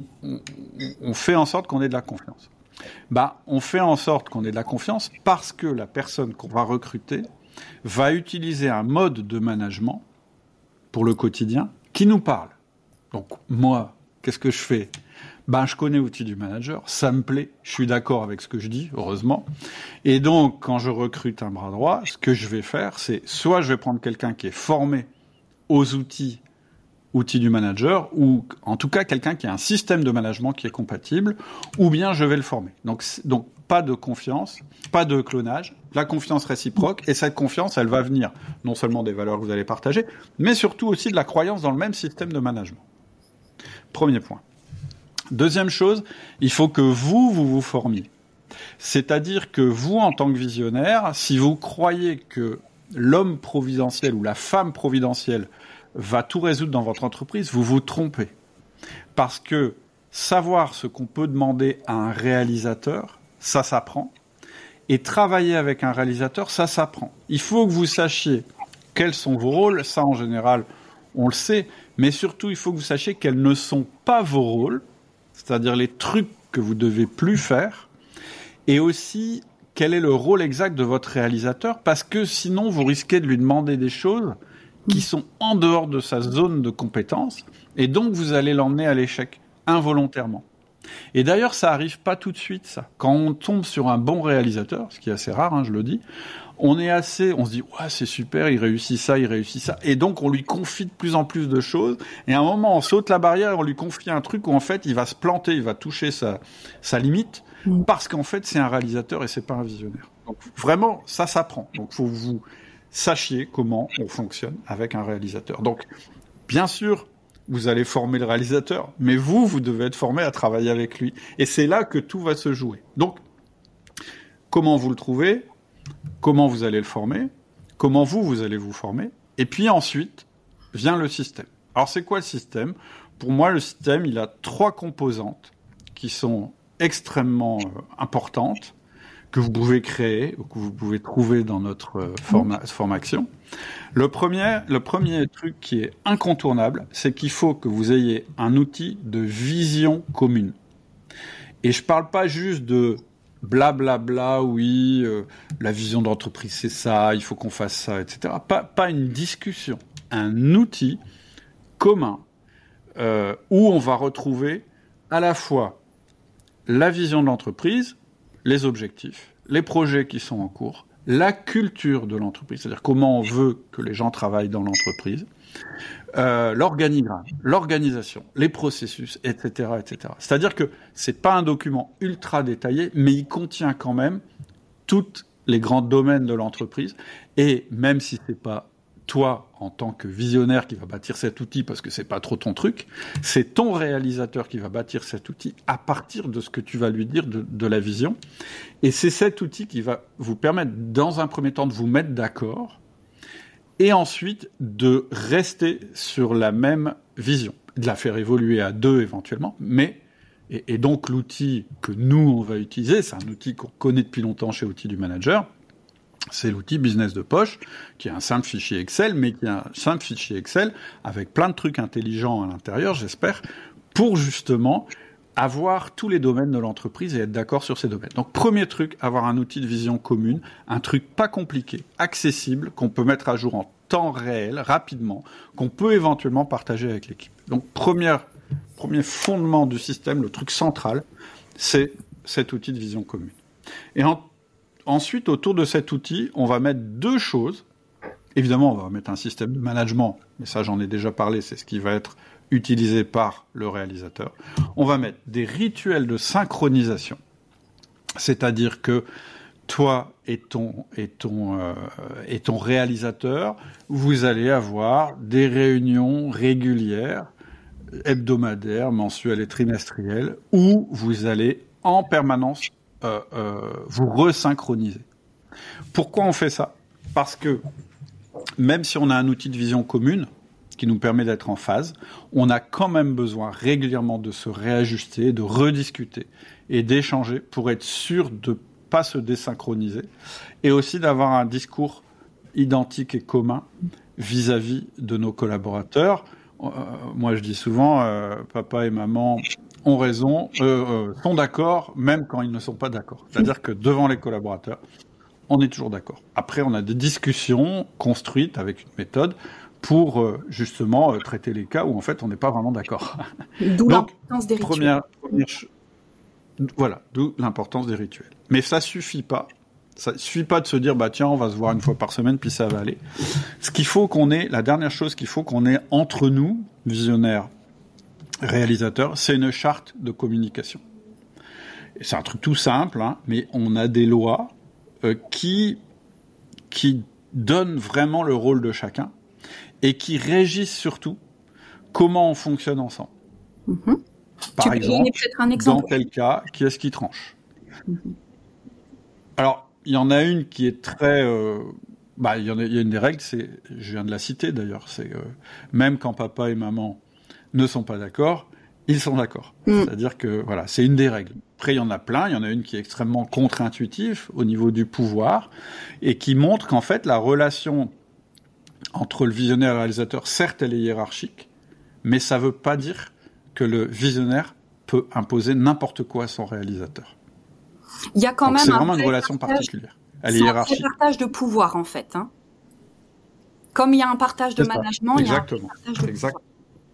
fait en sorte qu'on ait de la confiance ? Bah, on fait en sorte qu'on ait de la confiance parce que la personne qu'on va recruter va utiliser un mode de management pour le quotidien qui nous parle. Donc moi, qu'est-ce que je fais ? Ben, je connais l'outil du manager, ça me plaît, je suis d'accord avec ce que je dis, heureusement. Et donc, quand je recrute un bras droit, ce que je vais faire, c'est soit je vais prendre quelqu'un qui est formé aux outils du manager, ou en tout cas quelqu'un qui a un système de management qui est compatible, ou bien je vais le former. Donc pas de confiance, pas de clonage, la confiance réciproque, et cette confiance, elle va venir non seulement des valeurs que vous allez partager, mais surtout aussi de la croyance dans le même système de management. Premier point. Deuxième chose, il faut que vous formiez. C'est-à-dire que vous, en tant que visionnaire, si vous croyez que l'homme providentiel ou la femme providentielle va tout résoudre dans votre entreprise, vous vous trompez. Parce que savoir ce qu'on peut demander à un réalisateur, ça s'apprend. Et travailler avec un réalisateur, ça s'apprend. Il faut que vous sachiez quels sont vos rôles. Ça, en général, on le sait. Mais surtout, il faut que vous sachiez quels ne sont pas vos rôles, c'est-à-dire les trucs que vous devez plus faire, et aussi quel est le rôle exact de votre réalisateur, parce que sinon vous risquez de lui demander des choses qui sont en dehors de sa zone de compétence, et donc vous allez l'emmener à l'échec, involontairement. Et d'ailleurs, ça arrive pas tout de suite, ça. Quand on tombe sur un bon réalisateur, ce qui est assez rare, je le dis, on se dit, ouais, c'est super, il réussit ça, et donc on lui confie de plus en plus de choses, et à un moment, on saute la barrière, on lui confie un truc où en fait, il va se planter, il va toucher sa limite, parce qu'en fait, c'est un réalisateur et c'est pas un visionnaire. Donc vraiment, ça s'apprend. Donc faut que vous sachiez comment on fonctionne avec un réalisateur. Donc, bien sûr, vous allez former le réalisateur, mais vous devez être formé à travailler avec lui. Et c'est là que tout va se jouer. Donc, comment vous le trouvez ? Comment vous allez le former ? Comment vous allez vous former ? Et puis ensuite, vient le système. Alors, c'est quoi le système ? Pour moi, le système, il a 3 composantes qui sont extrêmement importantes, que vous pouvez créer, ou que vous pouvez trouver dans notre formation. Le premier truc qui est incontournable, c'est qu'il faut que vous ayez un outil de vision commune. Et je parle pas juste de blablabla, oui, la vision d'entreprise c'est ça, il faut qu'on fasse ça, etc. Pas une discussion, un outil commun où on va retrouver à la fois la vision de l'entreprise, les objectifs, les projets qui sont en cours, la culture de l'entreprise, c'est-à-dire comment on veut que les gens travaillent dans l'entreprise, l'organigramme, l'organisation, les processus, etc., etc. C'est-à-dire que c'est pas un document ultra détaillé, mais il contient quand même tous les grands domaines de l'entreprise. Et même si c'est pas toi, en tant que visionnaire, qui va bâtir cet outil parce que c'est pas trop ton truc, c'est ton réalisateur qui va bâtir cet outil à partir de ce que tu vas lui dire de la vision. Et c'est cet outil qui va vous permettre, dans un premier temps, de vous mettre d'accord et ensuite de rester sur la même vision, de la faire évoluer à deux éventuellement, mais et donc l'outil que nous on va utiliser, c'est un outil qu'on connaît depuis longtemps chez Outils du Manager, c'est l'outil Business de Poche, qui est un simple fichier Excel, mais qui est un simple fichier Excel avec plein de trucs intelligents à l'intérieur, j'espère, pour justement avoir tous les domaines de l'entreprise et être d'accord sur ces domaines. Donc, premier truc, avoir un outil de vision commune, un truc pas compliqué, accessible, qu'on peut mettre à jour en temps réel, rapidement, qu'on peut éventuellement partager avec l'équipe. Donc, premier fondement du système, le truc central, c'est cet outil de vision commune. Et ensuite, autour de cet outil, on va mettre deux choses. Évidemment, on va mettre un système de management, mais ça, j'en ai déjà parlé, c'est ce qui va être utilisé par le réalisateur. On va mettre des rituels de synchronisation, c'est-à-dire que toi et ton réalisateur, vous allez avoir des réunions régulières, hebdomadaires, mensuelles et trimestrielles, où vous allez en permanence vous resynchroniser. Pourquoi on fait ça ? Parce que même si on a un outil de vision commune qui nous permet d'être en phase, on a quand même besoin régulièrement de se réajuster, de rediscuter et d'échanger pour être sûr de ne pas se désynchroniser et aussi d'avoir un discours identique et commun vis-à-vis de nos collaborateurs. Moi, je dis souvent, papa et maman ont raison, sont d'accord, même quand ils ne sont pas d'accord. C'est-à-dire que devant les collaborateurs, on est toujours d'accord. Après, on a des discussions construites avec une méthode pour justement traiter les cas où en fait on n'est pas vraiment d'accord. D'où l'importance des rituels. Voilà, d'où l'importance des rituels. Mais ça suffit pas. Ça suffit pas de se dire bah tiens on va se voir une fois par semaine puis ça va aller. Ce qu'il faut qu'on ait, la dernière chose qu'il faut qu'on ait entre nous, visionnaires, réalisateurs, c'est une charte de communication. Et c'est un truc tout simple, hein, mais on a des lois qui donnent vraiment le rôle de chacun et qui régissent surtout comment on fonctionne ensemble. Mm-hmm. Par exemple, dans tel cas, qui est-ce qui tranche ? Mm-hmm. Alors, il y en a une qui est très... il y a une des règles, je viens de la citer d'ailleurs, c'est même quand papa et maman ne sont pas d'accord, ils sont d'accord. C'est-à-dire que, voilà, c'est une des règles. Après, il y en a plein. Il y en a une qui est extrêmement contre-intuitive au niveau du pouvoir et qui montre qu'en fait, la relation entre le visionnaire et le réalisateur, certes, elle est hiérarchique, mais ça ne veut pas dire que le visionnaire peut imposer n'importe quoi à son réalisateur. Il y a quand même c'est vraiment une relation particulière. Elle est hiérarchique. C'est un partage de pouvoir, en fait. Hein. Comme il y a un partage de management, exactement. Il y a un partage de pouvoir.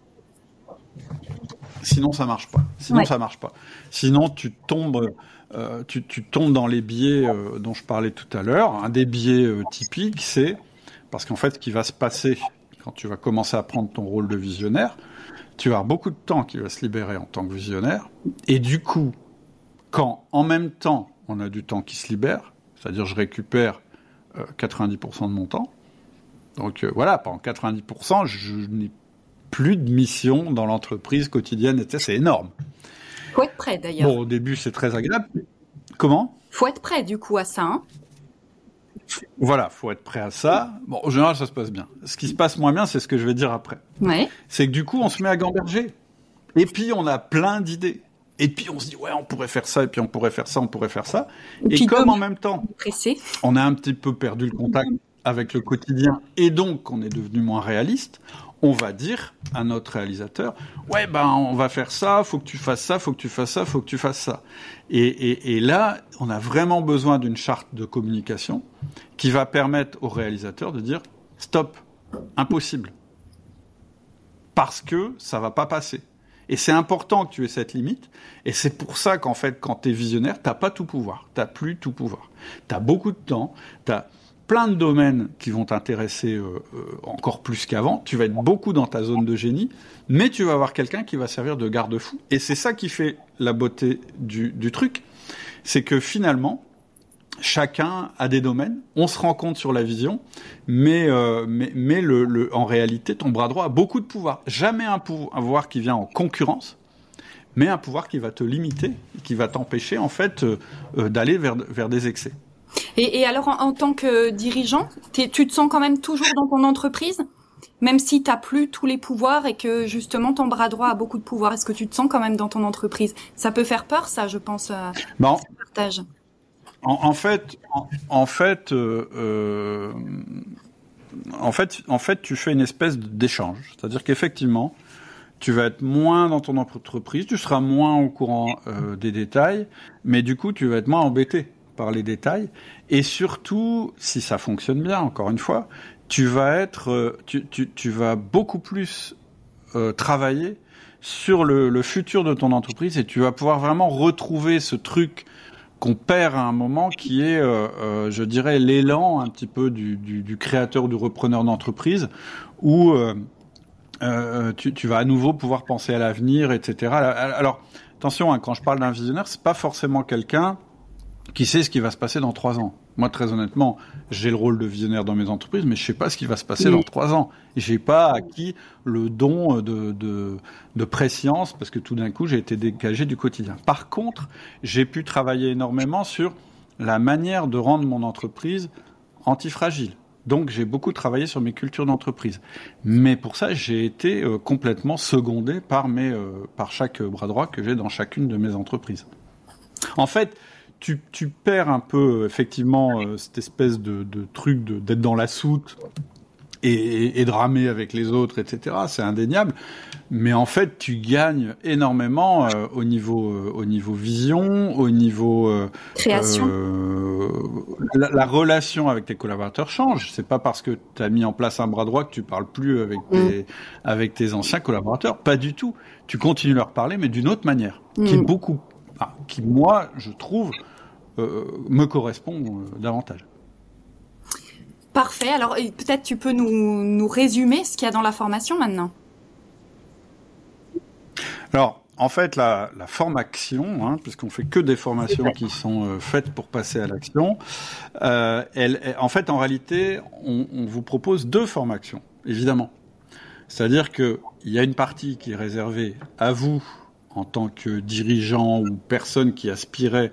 Sinon, ça marche pas. Ça marche pas. Sinon, tu tombes dans les biais dont je parlais tout à l'heure. Un des biais typiques, c'est parce qu'en fait, ce qui va se passer quand tu vas commencer à prendre ton rôle de visionnaire, tu vas avoir beaucoup de temps qui va se libérer en tant que visionnaire. Et du coup, quand en même temps, on a du temps qui se libère, c'est-à-dire je récupère 90% de mon temps. Donc voilà, pendant 90%, je n'ai plus de mission dans l'entreprise quotidienne, c'est énorme. Faut être prêt d'ailleurs. Bon, au début, c'est très agréable. Comment ? Faut être prêt du coup à ça. Hein. Voilà, faut être prêt à ça. Bon, en général, ça se passe bien. Ce qui se passe moins bien, c'est ce que je vais dire après. Ouais. C'est que du coup, on se met à gamberger. Et puis, on a plein d'idées. Et puis, on se dit, ouais, on pourrait faire ça, et puis on pourrait faire ça, on pourrait faire ça. Et comme en même temps, on a un petit peu perdu le contact avec le quotidien, et donc on est devenu moins réaliste, on va dire à notre réalisateur, ouais, on va faire ça, faut que tu fasses ça, faut que tu fasses ça, faut que tu fasses ça. Et là, on a vraiment besoin d'une charte de communication qui va permettre au réalisateur de dire, stop, impossible. Parce que ça va pas passer. Et c'est important que tu aies cette limite. Et c'est pour ça qu'en fait, quand t'es visionnaire, t'as pas tout pouvoir. T'as plus tout pouvoir. T'as beaucoup de temps. T'as plein de domaines qui vont t'intéresser encore plus qu'avant. Tu vas être beaucoup dans ta zone de génie, mais tu vas avoir quelqu'un qui va servir de garde-fou. Et c'est ça qui fait la beauté du truc. C'est que finalement, chacun a des domaines. On se rend compte sur la vision, mais en réalité, ton bras droit a beaucoup de pouvoir. Jamais un pouvoir qui vient en concurrence, mais un pouvoir qui va te limiter, qui va t'empêcher en fait d'aller vers des excès. Et alors, en tant que dirigeant, tu te sens quand même toujours dans ton entreprise, même si tu n'as plus tous les pouvoirs et que justement ton bras droit a beaucoup de pouvoir. Est-ce que tu te sens quand même dans ton entreprise? Ça peut faire peur, ça, je pense, bon. ce partage. En fait, tu fais une espèce d'échange. C'est-à-dire qu'effectivement, tu vas être moins dans ton entreprise, tu seras moins au courant des détails, mais du coup, tu vas être moins embêté par les détails. Et surtout, si ça fonctionne bien, encore une fois, tu vas beaucoup plus travailler sur le futur de ton entreprise et tu vas pouvoir vraiment retrouver ce truc qu'on perd à un moment qui est, je dirais, l'élan un petit peu du créateur ou du repreneur d'entreprise où tu vas à nouveau pouvoir penser à l'avenir, etc. Alors, attention, quand je parle d'un visionnaire, c'est pas forcément quelqu'un qui sait ce qui va se passer dans 3 ans. Moi, très honnêtement, j'ai le rôle de visionnaire dans mes entreprises, mais je sais pas ce qui va se passer dans 3 ans. Et j'ai pas acquis le don de prescience parce que tout d'un coup, j'ai été dégagé du quotidien. Par contre, j'ai pu travailler énormément sur la manière de rendre mon entreprise antifragile. Donc, j'ai beaucoup travaillé sur mes cultures d'entreprise. Mais pour ça, j'ai été complètement secondé par chaque bras droit que j'ai dans chacune de mes entreprises. En fait, tu perds un peu, effectivement, cette espèce de truc d'être dans la soute et de ramer avec les autres, etc. C'est indéniable. Mais en fait, tu gagnes énormément au niveau vision, au niveau création. La relation avec tes collaborateurs change. C'est pas parce que tu as mis en place un bras droit que tu parles plus avec tes anciens collaborateurs. Pas du tout. Tu continues à leur parler, mais d'une autre manière, qui moi, je trouve, me correspond davantage. Parfait. Alors, peut-être tu peux nous résumer ce qu'il y a dans la formation maintenant. Alors, en fait, la formation, puisqu'on fait que des formations qui sont faites pour passer à l'action, en fait, en réalité, on vous propose 2 formations, évidemment. C'est-à-dire qu'il y a une partie qui est réservée à vous, en tant que dirigeant ou personne qui aspirait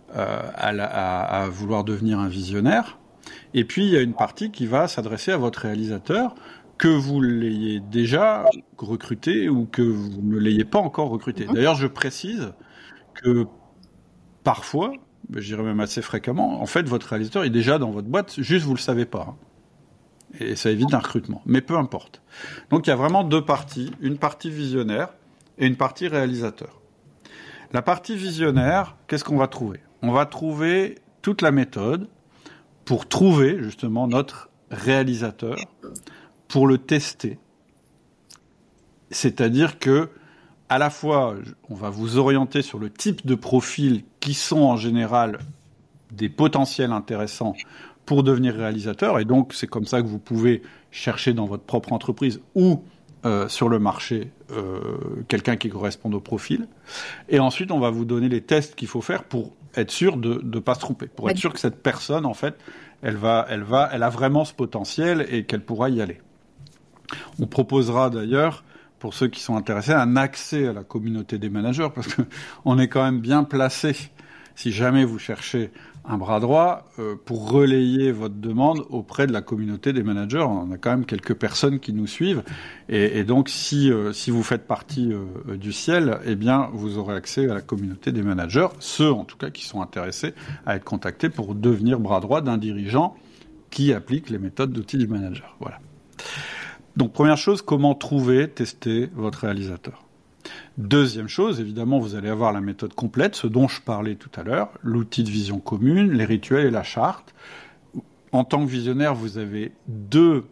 à vouloir devenir un visionnaire. Et puis, il y a une partie qui va s'adresser à votre réalisateur, que vous l'ayez déjà recruté ou que vous ne l'ayez pas encore recruté. D'ailleurs, je précise que parfois, je dirais même assez fréquemment, en fait, votre réalisateur est déjà dans votre boîte, juste vous le savez pas. Et ça évite un recrutement. Mais peu importe. Donc, il y a vraiment 2 parties. Une partie visionnaire et une partie réalisateur. La partie visionnaire, qu'est-ce qu'on va trouver? On va trouver toute la méthode pour trouver justement notre réalisateur, pour le tester. C'est-à-dire que, à la fois, on va vous orienter sur le type de profils qui sont en général des potentiels intéressants pour devenir réalisateur, et donc c'est comme ça que vous pouvez chercher dans votre propre entreprise ou sur le marché quelqu'un qui corresponde au profil. Et ensuite, on va vous donner les tests qu'il faut faire pour être sûr de ne pas se tromper, pour être sûr que cette personne, en fait, elle a vraiment ce potentiel et qu'elle pourra y aller. On proposera d'ailleurs, pour ceux qui sont intéressés, un accès à la communauté des managers, parce que on est quand même bien placé, si jamais vous cherchez un bras droit, pour relayer votre demande auprès de la communauté des managers. On a quand même quelques personnes qui nous suivent, et donc si vous faites partie du ciel, eh bien vous aurez accès à la communauté des managers, ceux en tout cas qui sont intéressés à être contactés pour devenir bras droit d'un dirigeant qui applique les méthodes d'outils du manager. Voilà. Donc, première chose, comment trouver, tester votre réalisateur. Deuxième chose, évidemment, vous allez avoir la méthode complète, ce dont je parlais tout à l'heure, l'outil de vision commune, les rituels et la charte. En tant que visionnaire, vous avez deux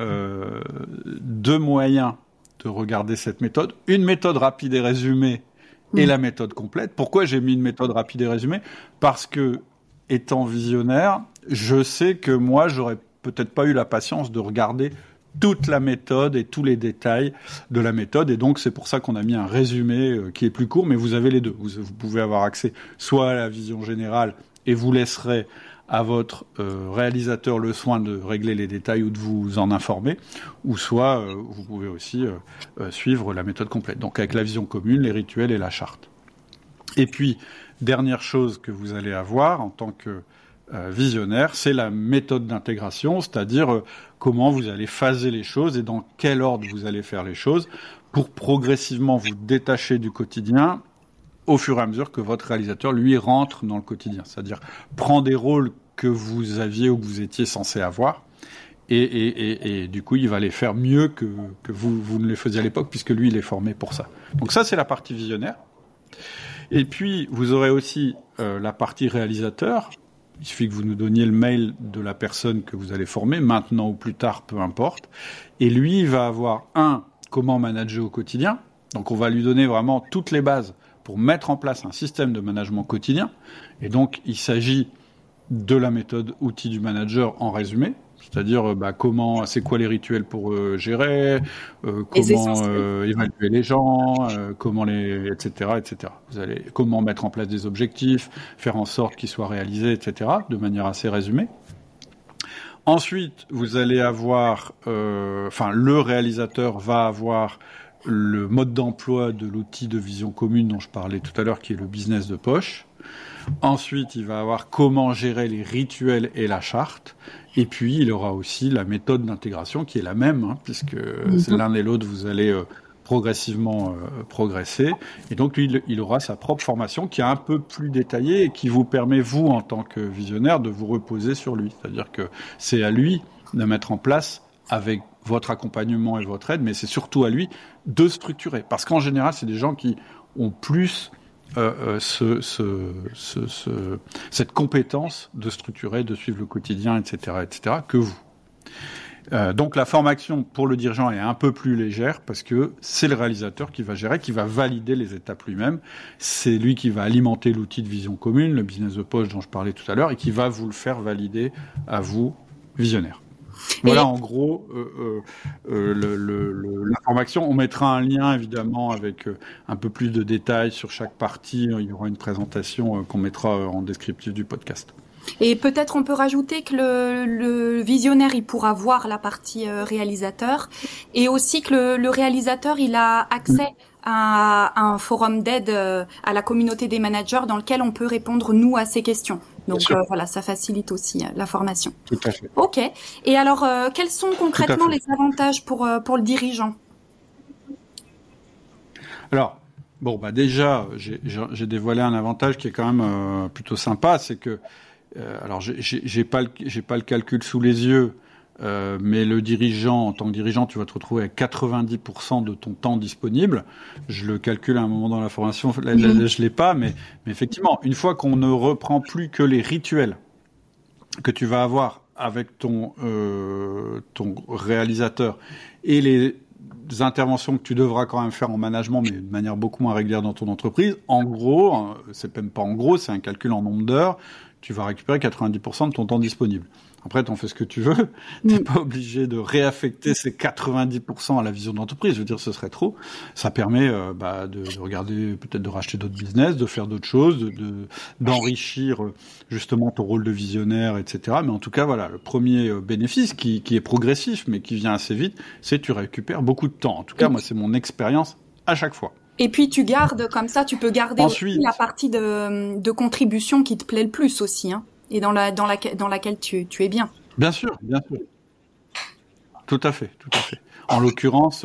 moyens de regarder cette méthode. Une méthode rapide et résumée et la méthode complète. Pourquoi j'ai mis une méthode rapide et résumée ? Parce que, étant visionnaire, je sais que moi, j'aurais peut-être pas eu la patience de regarder toute la méthode et tous les détails de la méthode. Et donc, c'est pour ça qu'on a mis un résumé qui est plus court, mais vous avez les deux. Vous pouvez avoir accès soit à la vision générale et vous laisserez à votre réalisateur le soin de régler les détails ou de vous en informer, ou soit vous pouvez aussi suivre la méthode complète. Donc, avec la vision commune, les rituels et la charte. Et puis, dernière chose que vous allez avoir en tant que visionnaire, c'est la méthode d'intégration, c'est-à-dire comment vous allez phaser les choses et dans quel ordre vous allez faire les choses pour progressivement vous détacher du quotidien au fur et à mesure que votre réalisateur, lui, rentre dans le quotidien. C'est-à-dire prend des rôles que vous aviez ou que vous étiez censé avoir et du coup, il va les faire mieux que vous ne les faisiez à l'époque puisque lui, il est formé pour ça. Donc ça, c'est la partie visionnaire. Et puis, vous aurez aussi la partie réalisateur. Il suffit que vous nous donniez le mail de la personne que vous allez former, maintenant ou plus tard, peu importe. Et lui, il va avoir, comment manager au quotidien. Donc, on va lui donner vraiment toutes les bases pour mettre en place un système de management quotidien. Et donc, il s'agit de la méthode outil du manager en résumé. C'est-à-dire, c'est quoi les rituels pour gérer, comment évaluer les gens, etc. Vous allez comment mettre en place des objectifs, faire en sorte qu'ils soient réalisés, etc. De manière assez résumée. Ensuite, vous allez avoir, le réalisateur va avoir le mode d'emploi de l'outil de vision commune dont je parlais tout à l'heure, qui est le business de poche. Ensuite, il va avoir comment gérer les rituels et la charte. Et puis, il aura aussi la méthode d'intégration qui est la même, puisque l'un et l'autre, vous allez progressivement progresser. Et donc, lui, il aura sa propre formation qui est un peu plus détaillée et qui vous permet, vous, en tant que visionnaire, de vous reposer sur lui. C'est-à-dire que c'est à lui de mettre en place, avec votre accompagnement et votre aide, mais c'est surtout à lui de structurer. Parce qu'en général, c'est des gens qui ont plus cette compétence de structurer, de suivre le quotidien, etc., que vous. Donc la formation pour le dirigeant est un peu plus légère parce que c'est le réalisateur qui va gérer, qui va valider les étapes lui-même. C'est lui qui va alimenter l'outil de vision commune, le business de poche dont je parlais tout à l'heure, et qui va vous le faire valider à vous, visionnaire. Voilà, en gros, l'information. On mettra un lien, évidemment, avec un peu plus de détails sur chaque partie. Il y aura une présentation qu'on mettra en descriptif du podcast. Et peut-être on peut rajouter que le visionnaire, il pourra voir la partie réalisateur, et aussi que le réalisateur, il a accès à un forum d'aide à la communauté des managers dans lequel on peut répondre, nous, à ces questions. Donc voilà, ça facilite aussi la formation. Tout à fait. Ok. Et alors, quels sont concrètement les avantages pour le dirigeant ? Alors, déjà, j'ai dévoilé un avantage qui est quand même plutôt sympa, c'est que alors j'ai pas le calcul sous les yeux, mais le dirigeant, en tant que dirigeant, tu vas te retrouver à 90% de ton temps disponible. Je le calcule à un moment dans la formation, là, je l'ai pas, mais effectivement, une fois qu'on ne reprend plus que les rituels que tu vas avoir avec ton réalisateur et les interventions que tu devras quand même faire en management, mais de manière beaucoup moins régulière dans ton entreprise, en gros, c'est même pas en gros, c'est un calcul en nombre d'heures, tu vas récupérer 90% de ton temps disponible. Après, t'en fais ce que tu veux. T'es pas obligé de réaffecter ces 90% à la vision d'entreprise. Je veux dire, ce serait trop. Ça permet de regarder, peut-être de racheter d'autres business, de faire d'autres choses, d'enrichir justement ton rôle de visionnaire, etc. Mais en tout cas, voilà, le premier bénéfice qui est progressif, mais qui vient assez vite, c'est que tu récupères beaucoup de temps. En tout cas, moi, c'est mon expérience à chaque fois. Et puis tu gardes, comme ça, tu peux garder aussi la partie de contribution qui te plaît le plus aussi, et dans laquelle tu es bien. Bien sûr. Tout à fait. En l'occurrence,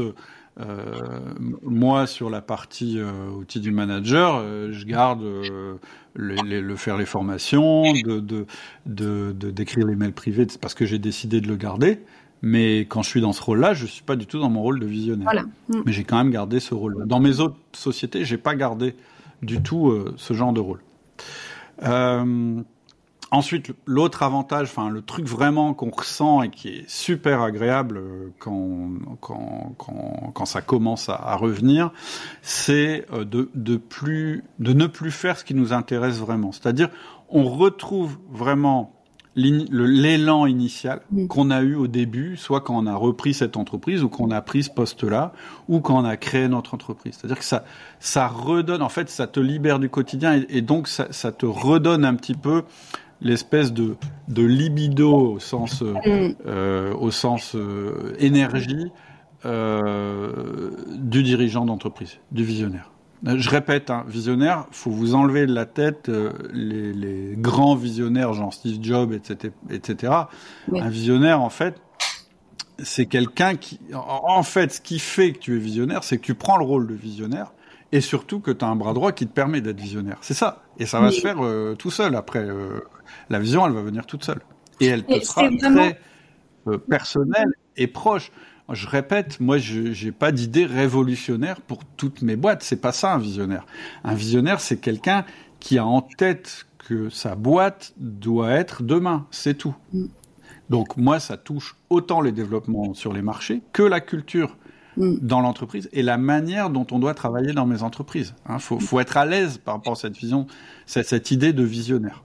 moi, sur la partie outil du manager, je garde faire les formations, d'écrire les mails privés, c'est parce que j'ai décidé de le garder. Mais quand je suis dans ce rôle-là, je suis pas du tout dans mon rôle de visionnaire. Voilà. Mais j'ai quand même gardé ce rôle-là. Dans mes autres sociétés, j'ai pas gardé du tout ce genre de rôle. Ensuite, l'autre avantage, enfin le truc vraiment qu'on ressent et qui est super agréable quand ça commence à revenir, c'est de ne plus faire ce qui nous intéresse vraiment. C'est-à-dire, on retrouve vraiment l'élan initial qu'on a eu au début, soit quand on a repris cette entreprise ou qu'on a pris ce poste-là, ou quand on a créé notre entreprise. C'est-à-dire que ça redonne, en fait, ça te libère du quotidien et donc ça te redonne un petit peu l'espèce de libido au sens énergie du dirigeant d'entreprise, du visionnaire. Je répète, visionnaire, faut vous enlever de la tête les grands visionnaires, genre Steve Jobs, etc. Oui. Un visionnaire, en fait, c'est quelqu'un qui... En fait, ce qui fait que tu es visionnaire, c'est que tu prends le rôle de visionnaire et surtout que tu as un bras droit qui te permet d'être visionnaire. C'est ça. Et ça va se faire tout seul. Après, la vision, elle va venir toute seule. Et elle te sera très personnelle et proche. Je répète, moi, j'ai pas d'idée révolutionnaire pour toutes mes boîtes. C'est pas ça, un visionnaire. Un visionnaire, c'est quelqu'un qui a en tête que sa boîte doit être demain. C'est tout. Donc, moi, ça touche autant les développements sur les marchés que la culture dans l'entreprise et la manière dont on doit travailler dans mes entreprises. Faut être à l'aise par rapport à cette vision, cette idée de visionnaire.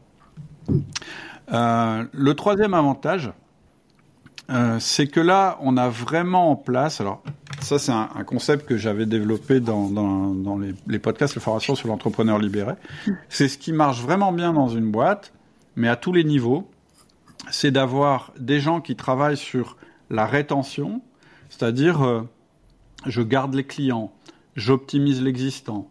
Le troisième avantage, c'est que là, on a vraiment en place... Alors, ça, c'est un concept que j'avais développé dans les podcasts, les formations sur l'entrepreneur libéré. C'est ce qui marche vraiment bien dans une boîte, mais à tous les niveaux, c'est d'avoir des gens qui travaillent sur la rétention, c'est-à-dire je garde les clients, j'optimise l'existant,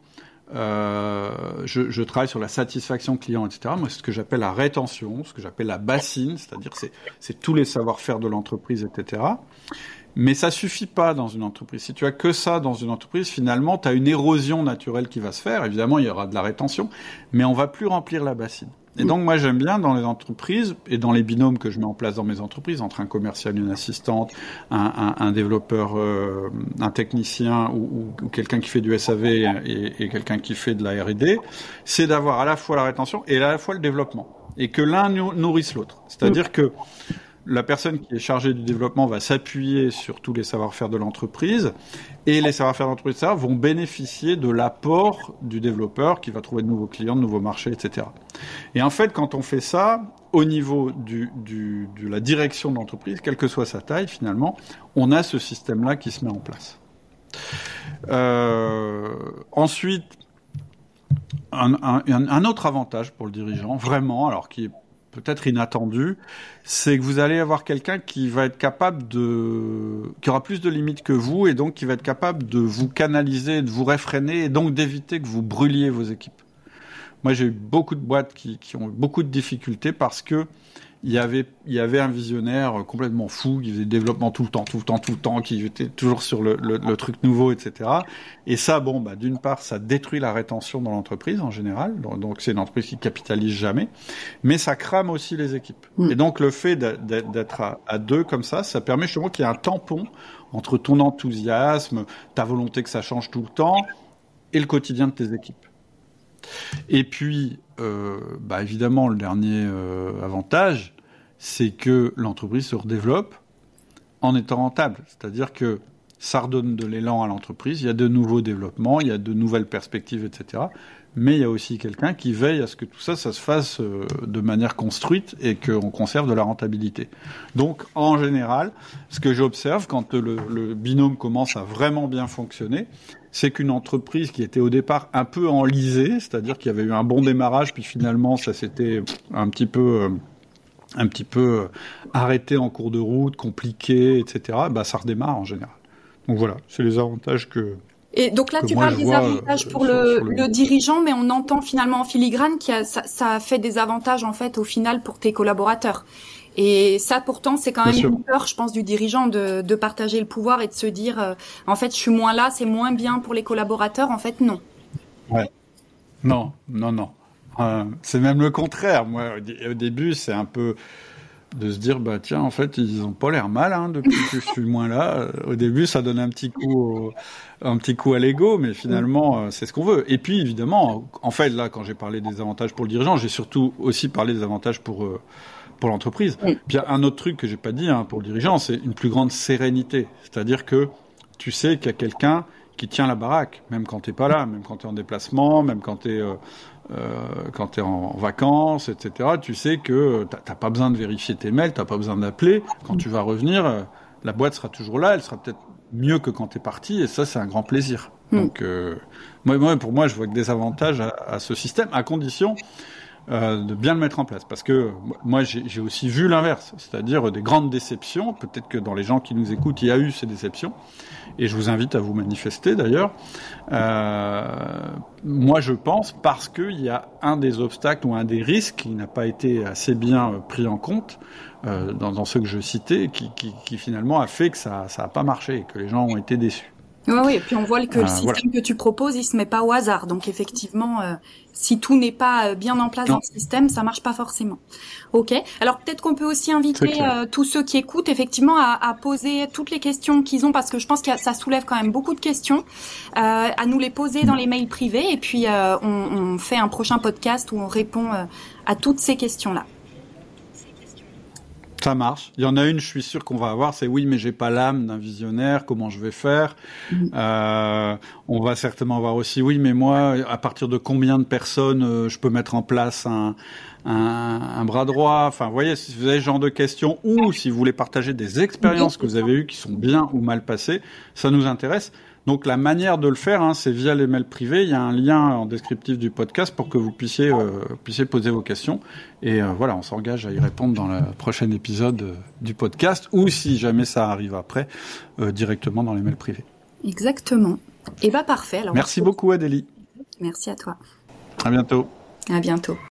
je travaille sur la satisfaction client, etc. Moi, c'est ce que j'appelle la rétention, ce que j'appelle la bassine, c'est-à-dire c'est tous les savoir-faire de l'entreprise, etc. Mais ça suffit pas dans une entreprise. Si tu as que ça dans une entreprise, finalement, tu as une érosion naturelle qui va se faire. Évidemment, il y aura de la rétention, mais on va plus remplir la bassine. Et donc, moi, j'aime bien dans les entreprises et dans les binômes que je mets en place dans mes entreprises, entre un commercial et une assistante, un développeur, un technicien ou quelqu'un qui fait du SAV et quelqu'un qui fait de la R&D, c'est d'avoir à la fois la rétention et à la fois le développement. Et que l'un nourrisse l'autre. C'est-à-dire que la personne qui est chargée du développement va s'appuyer sur tous les savoir-faire de l'entreprise et les savoir-faire de l'entreprise vont bénéficier de l'apport du développeur qui va trouver de nouveaux clients, de nouveaux marchés, etc. Et en fait, quand on fait ça, au niveau de la direction de l'entreprise, quelle que soit sa taille, finalement, on a ce système-là qui se met en place. Ensuite, un autre avantage pour le dirigeant, vraiment, alors qui est peut-être inattendu, c'est que vous allez avoir quelqu'un qui va être capable qui aura plus de limites que vous et donc qui va être capable de vous canaliser, de vous réfréner et donc d'éviter que vous brûliez vos équipes. Moi, j'ai eu beaucoup de boîtes qui ont eu beaucoup de difficultés parce que il y avait un visionnaire complètement fou qui faisait développement tout le temps, qui était toujours sur le truc nouveau, etc. Et ça, d'une part, ça détruit la rétention dans l'entreprise en général. Donc, c'est une entreprise qui capitalise jamais. Mais ça crame aussi les équipes. Et donc, le fait d'être à deux comme ça permet justement qu'il y ait un tampon entre ton enthousiasme, ta volonté que ça change tout le temps et le quotidien de tes équipes. Et puis, évidemment, le dernier avantage, c'est que l'entreprise se redéveloppe en étant rentable. C'est-à-dire que ça redonne de l'élan à l'entreprise, il y a de nouveaux développements, il y a de nouvelles perspectives, etc. Mais il y a aussi quelqu'un qui veille à ce que tout ça se fasse de manière construite et qu'on conserve de la rentabilité. Donc, en général, ce que j'observe quand le binôme commence à vraiment bien fonctionner, c'est qu'une entreprise qui était au départ un peu enlisée, c'est-à-dire qu'il y avait eu un bon démarrage, puis finalement ça s'était un petit peu arrêté en cours de route, compliqué, etc., ça redémarre en général. Donc voilà, c'est les avantages que... Et donc là, tu parles des avantages pour le dirigeant, mais on entend finalement en filigrane ça fait des avantages en fait au final pour tes collaborateurs. Et ça, pourtant, c'est quand même une peur, je pense, du dirigeant de partager le pouvoir et de se dire, en fait, je suis moins là, c'est moins bien pour les collaborateurs. En fait, non. Ouais. Non. C'est même le contraire. Moi, au début, c'est un peu... de se dire tiens, en fait ils ont pas l'air mal depuis que je suis moins là. Au début ça donne un petit coup à l'ego, mais finalement c'est ce qu'on veut. Et puis évidemment, en fait là quand j'ai parlé des avantages pour le dirigeant, j'ai surtout aussi parlé des avantages pour l'entreprise. Puis il y a un autre truc que j'ai pas dit pour le dirigeant, c'est une plus grande sérénité. C'est-à-dire que tu sais qu'il y a quelqu'un qui tient la baraque, même quand t'es pas là, même quand t'es en déplacement, même quand t'es en vacances, etc. Tu sais que t'as pas besoin de vérifier tes mails, t'as pas besoin d'appeler. Quand tu vas revenir, la boîte sera toujours là, elle sera peut-être mieux que quand t'es parti, et ça c'est un grand plaisir. Donc pour moi, je vois que des avantages à ce système, à condition de bien le mettre en place, parce que moi j'ai aussi vu l'inverse, c'est-à-dire des grandes déceptions. Peut-être que dans les gens qui nous écoutent, il y a eu ces déceptions, et je vous invite à vous manifester d'ailleurs. Moi je pense, parce qu'il y a un des obstacles ou un des risques qui n'a pas été assez bien pris en compte dans ceux que je citais, qui finalement a fait que ça a pas marché et que les gens ont été déçus. Oui, et puis on voit que le système que tu proposes, il se met pas au hasard. Donc effectivement, si tout n'est pas bien en place dans le système, ça marche pas forcément. Ok. Alors peut-être qu'on peut aussi inviter tous ceux qui écoutent effectivement à poser toutes les questions qu'ils ont, parce que je pense que ça soulève quand même beaucoup de questions, à nous les poser dans les mails privés, et puis on fait un prochain podcast où on répond à toutes ces questions-là. Ça marche. Il y en a une, je suis sûr qu'on va avoir, c'est oui, mais j'ai pas l'âme d'un visionnaire, comment je vais faire? On va certainement avoir aussi, oui, mais moi, à partir de combien de personnes je peux mettre en place un bras droit? Enfin, vous voyez, si vous avez ce genre de questions, ou si vous voulez partager des expériences que vous avez eues qui sont bien ou mal passées, ça nous intéresse. Donc la manière de le faire, c'est via les mails privés. Il y a un lien en descriptif du podcast pour que vous puissiez poser vos questions. Et voilà, on s'engage à y répondre dans le prochain épisode du podcast, ou si jamais ça arrive après, directement dans les mails privés. Exactement. Et parfait. Alors, merci beaucoup Adélie. Merci à toi. À bientôt. À bientôt.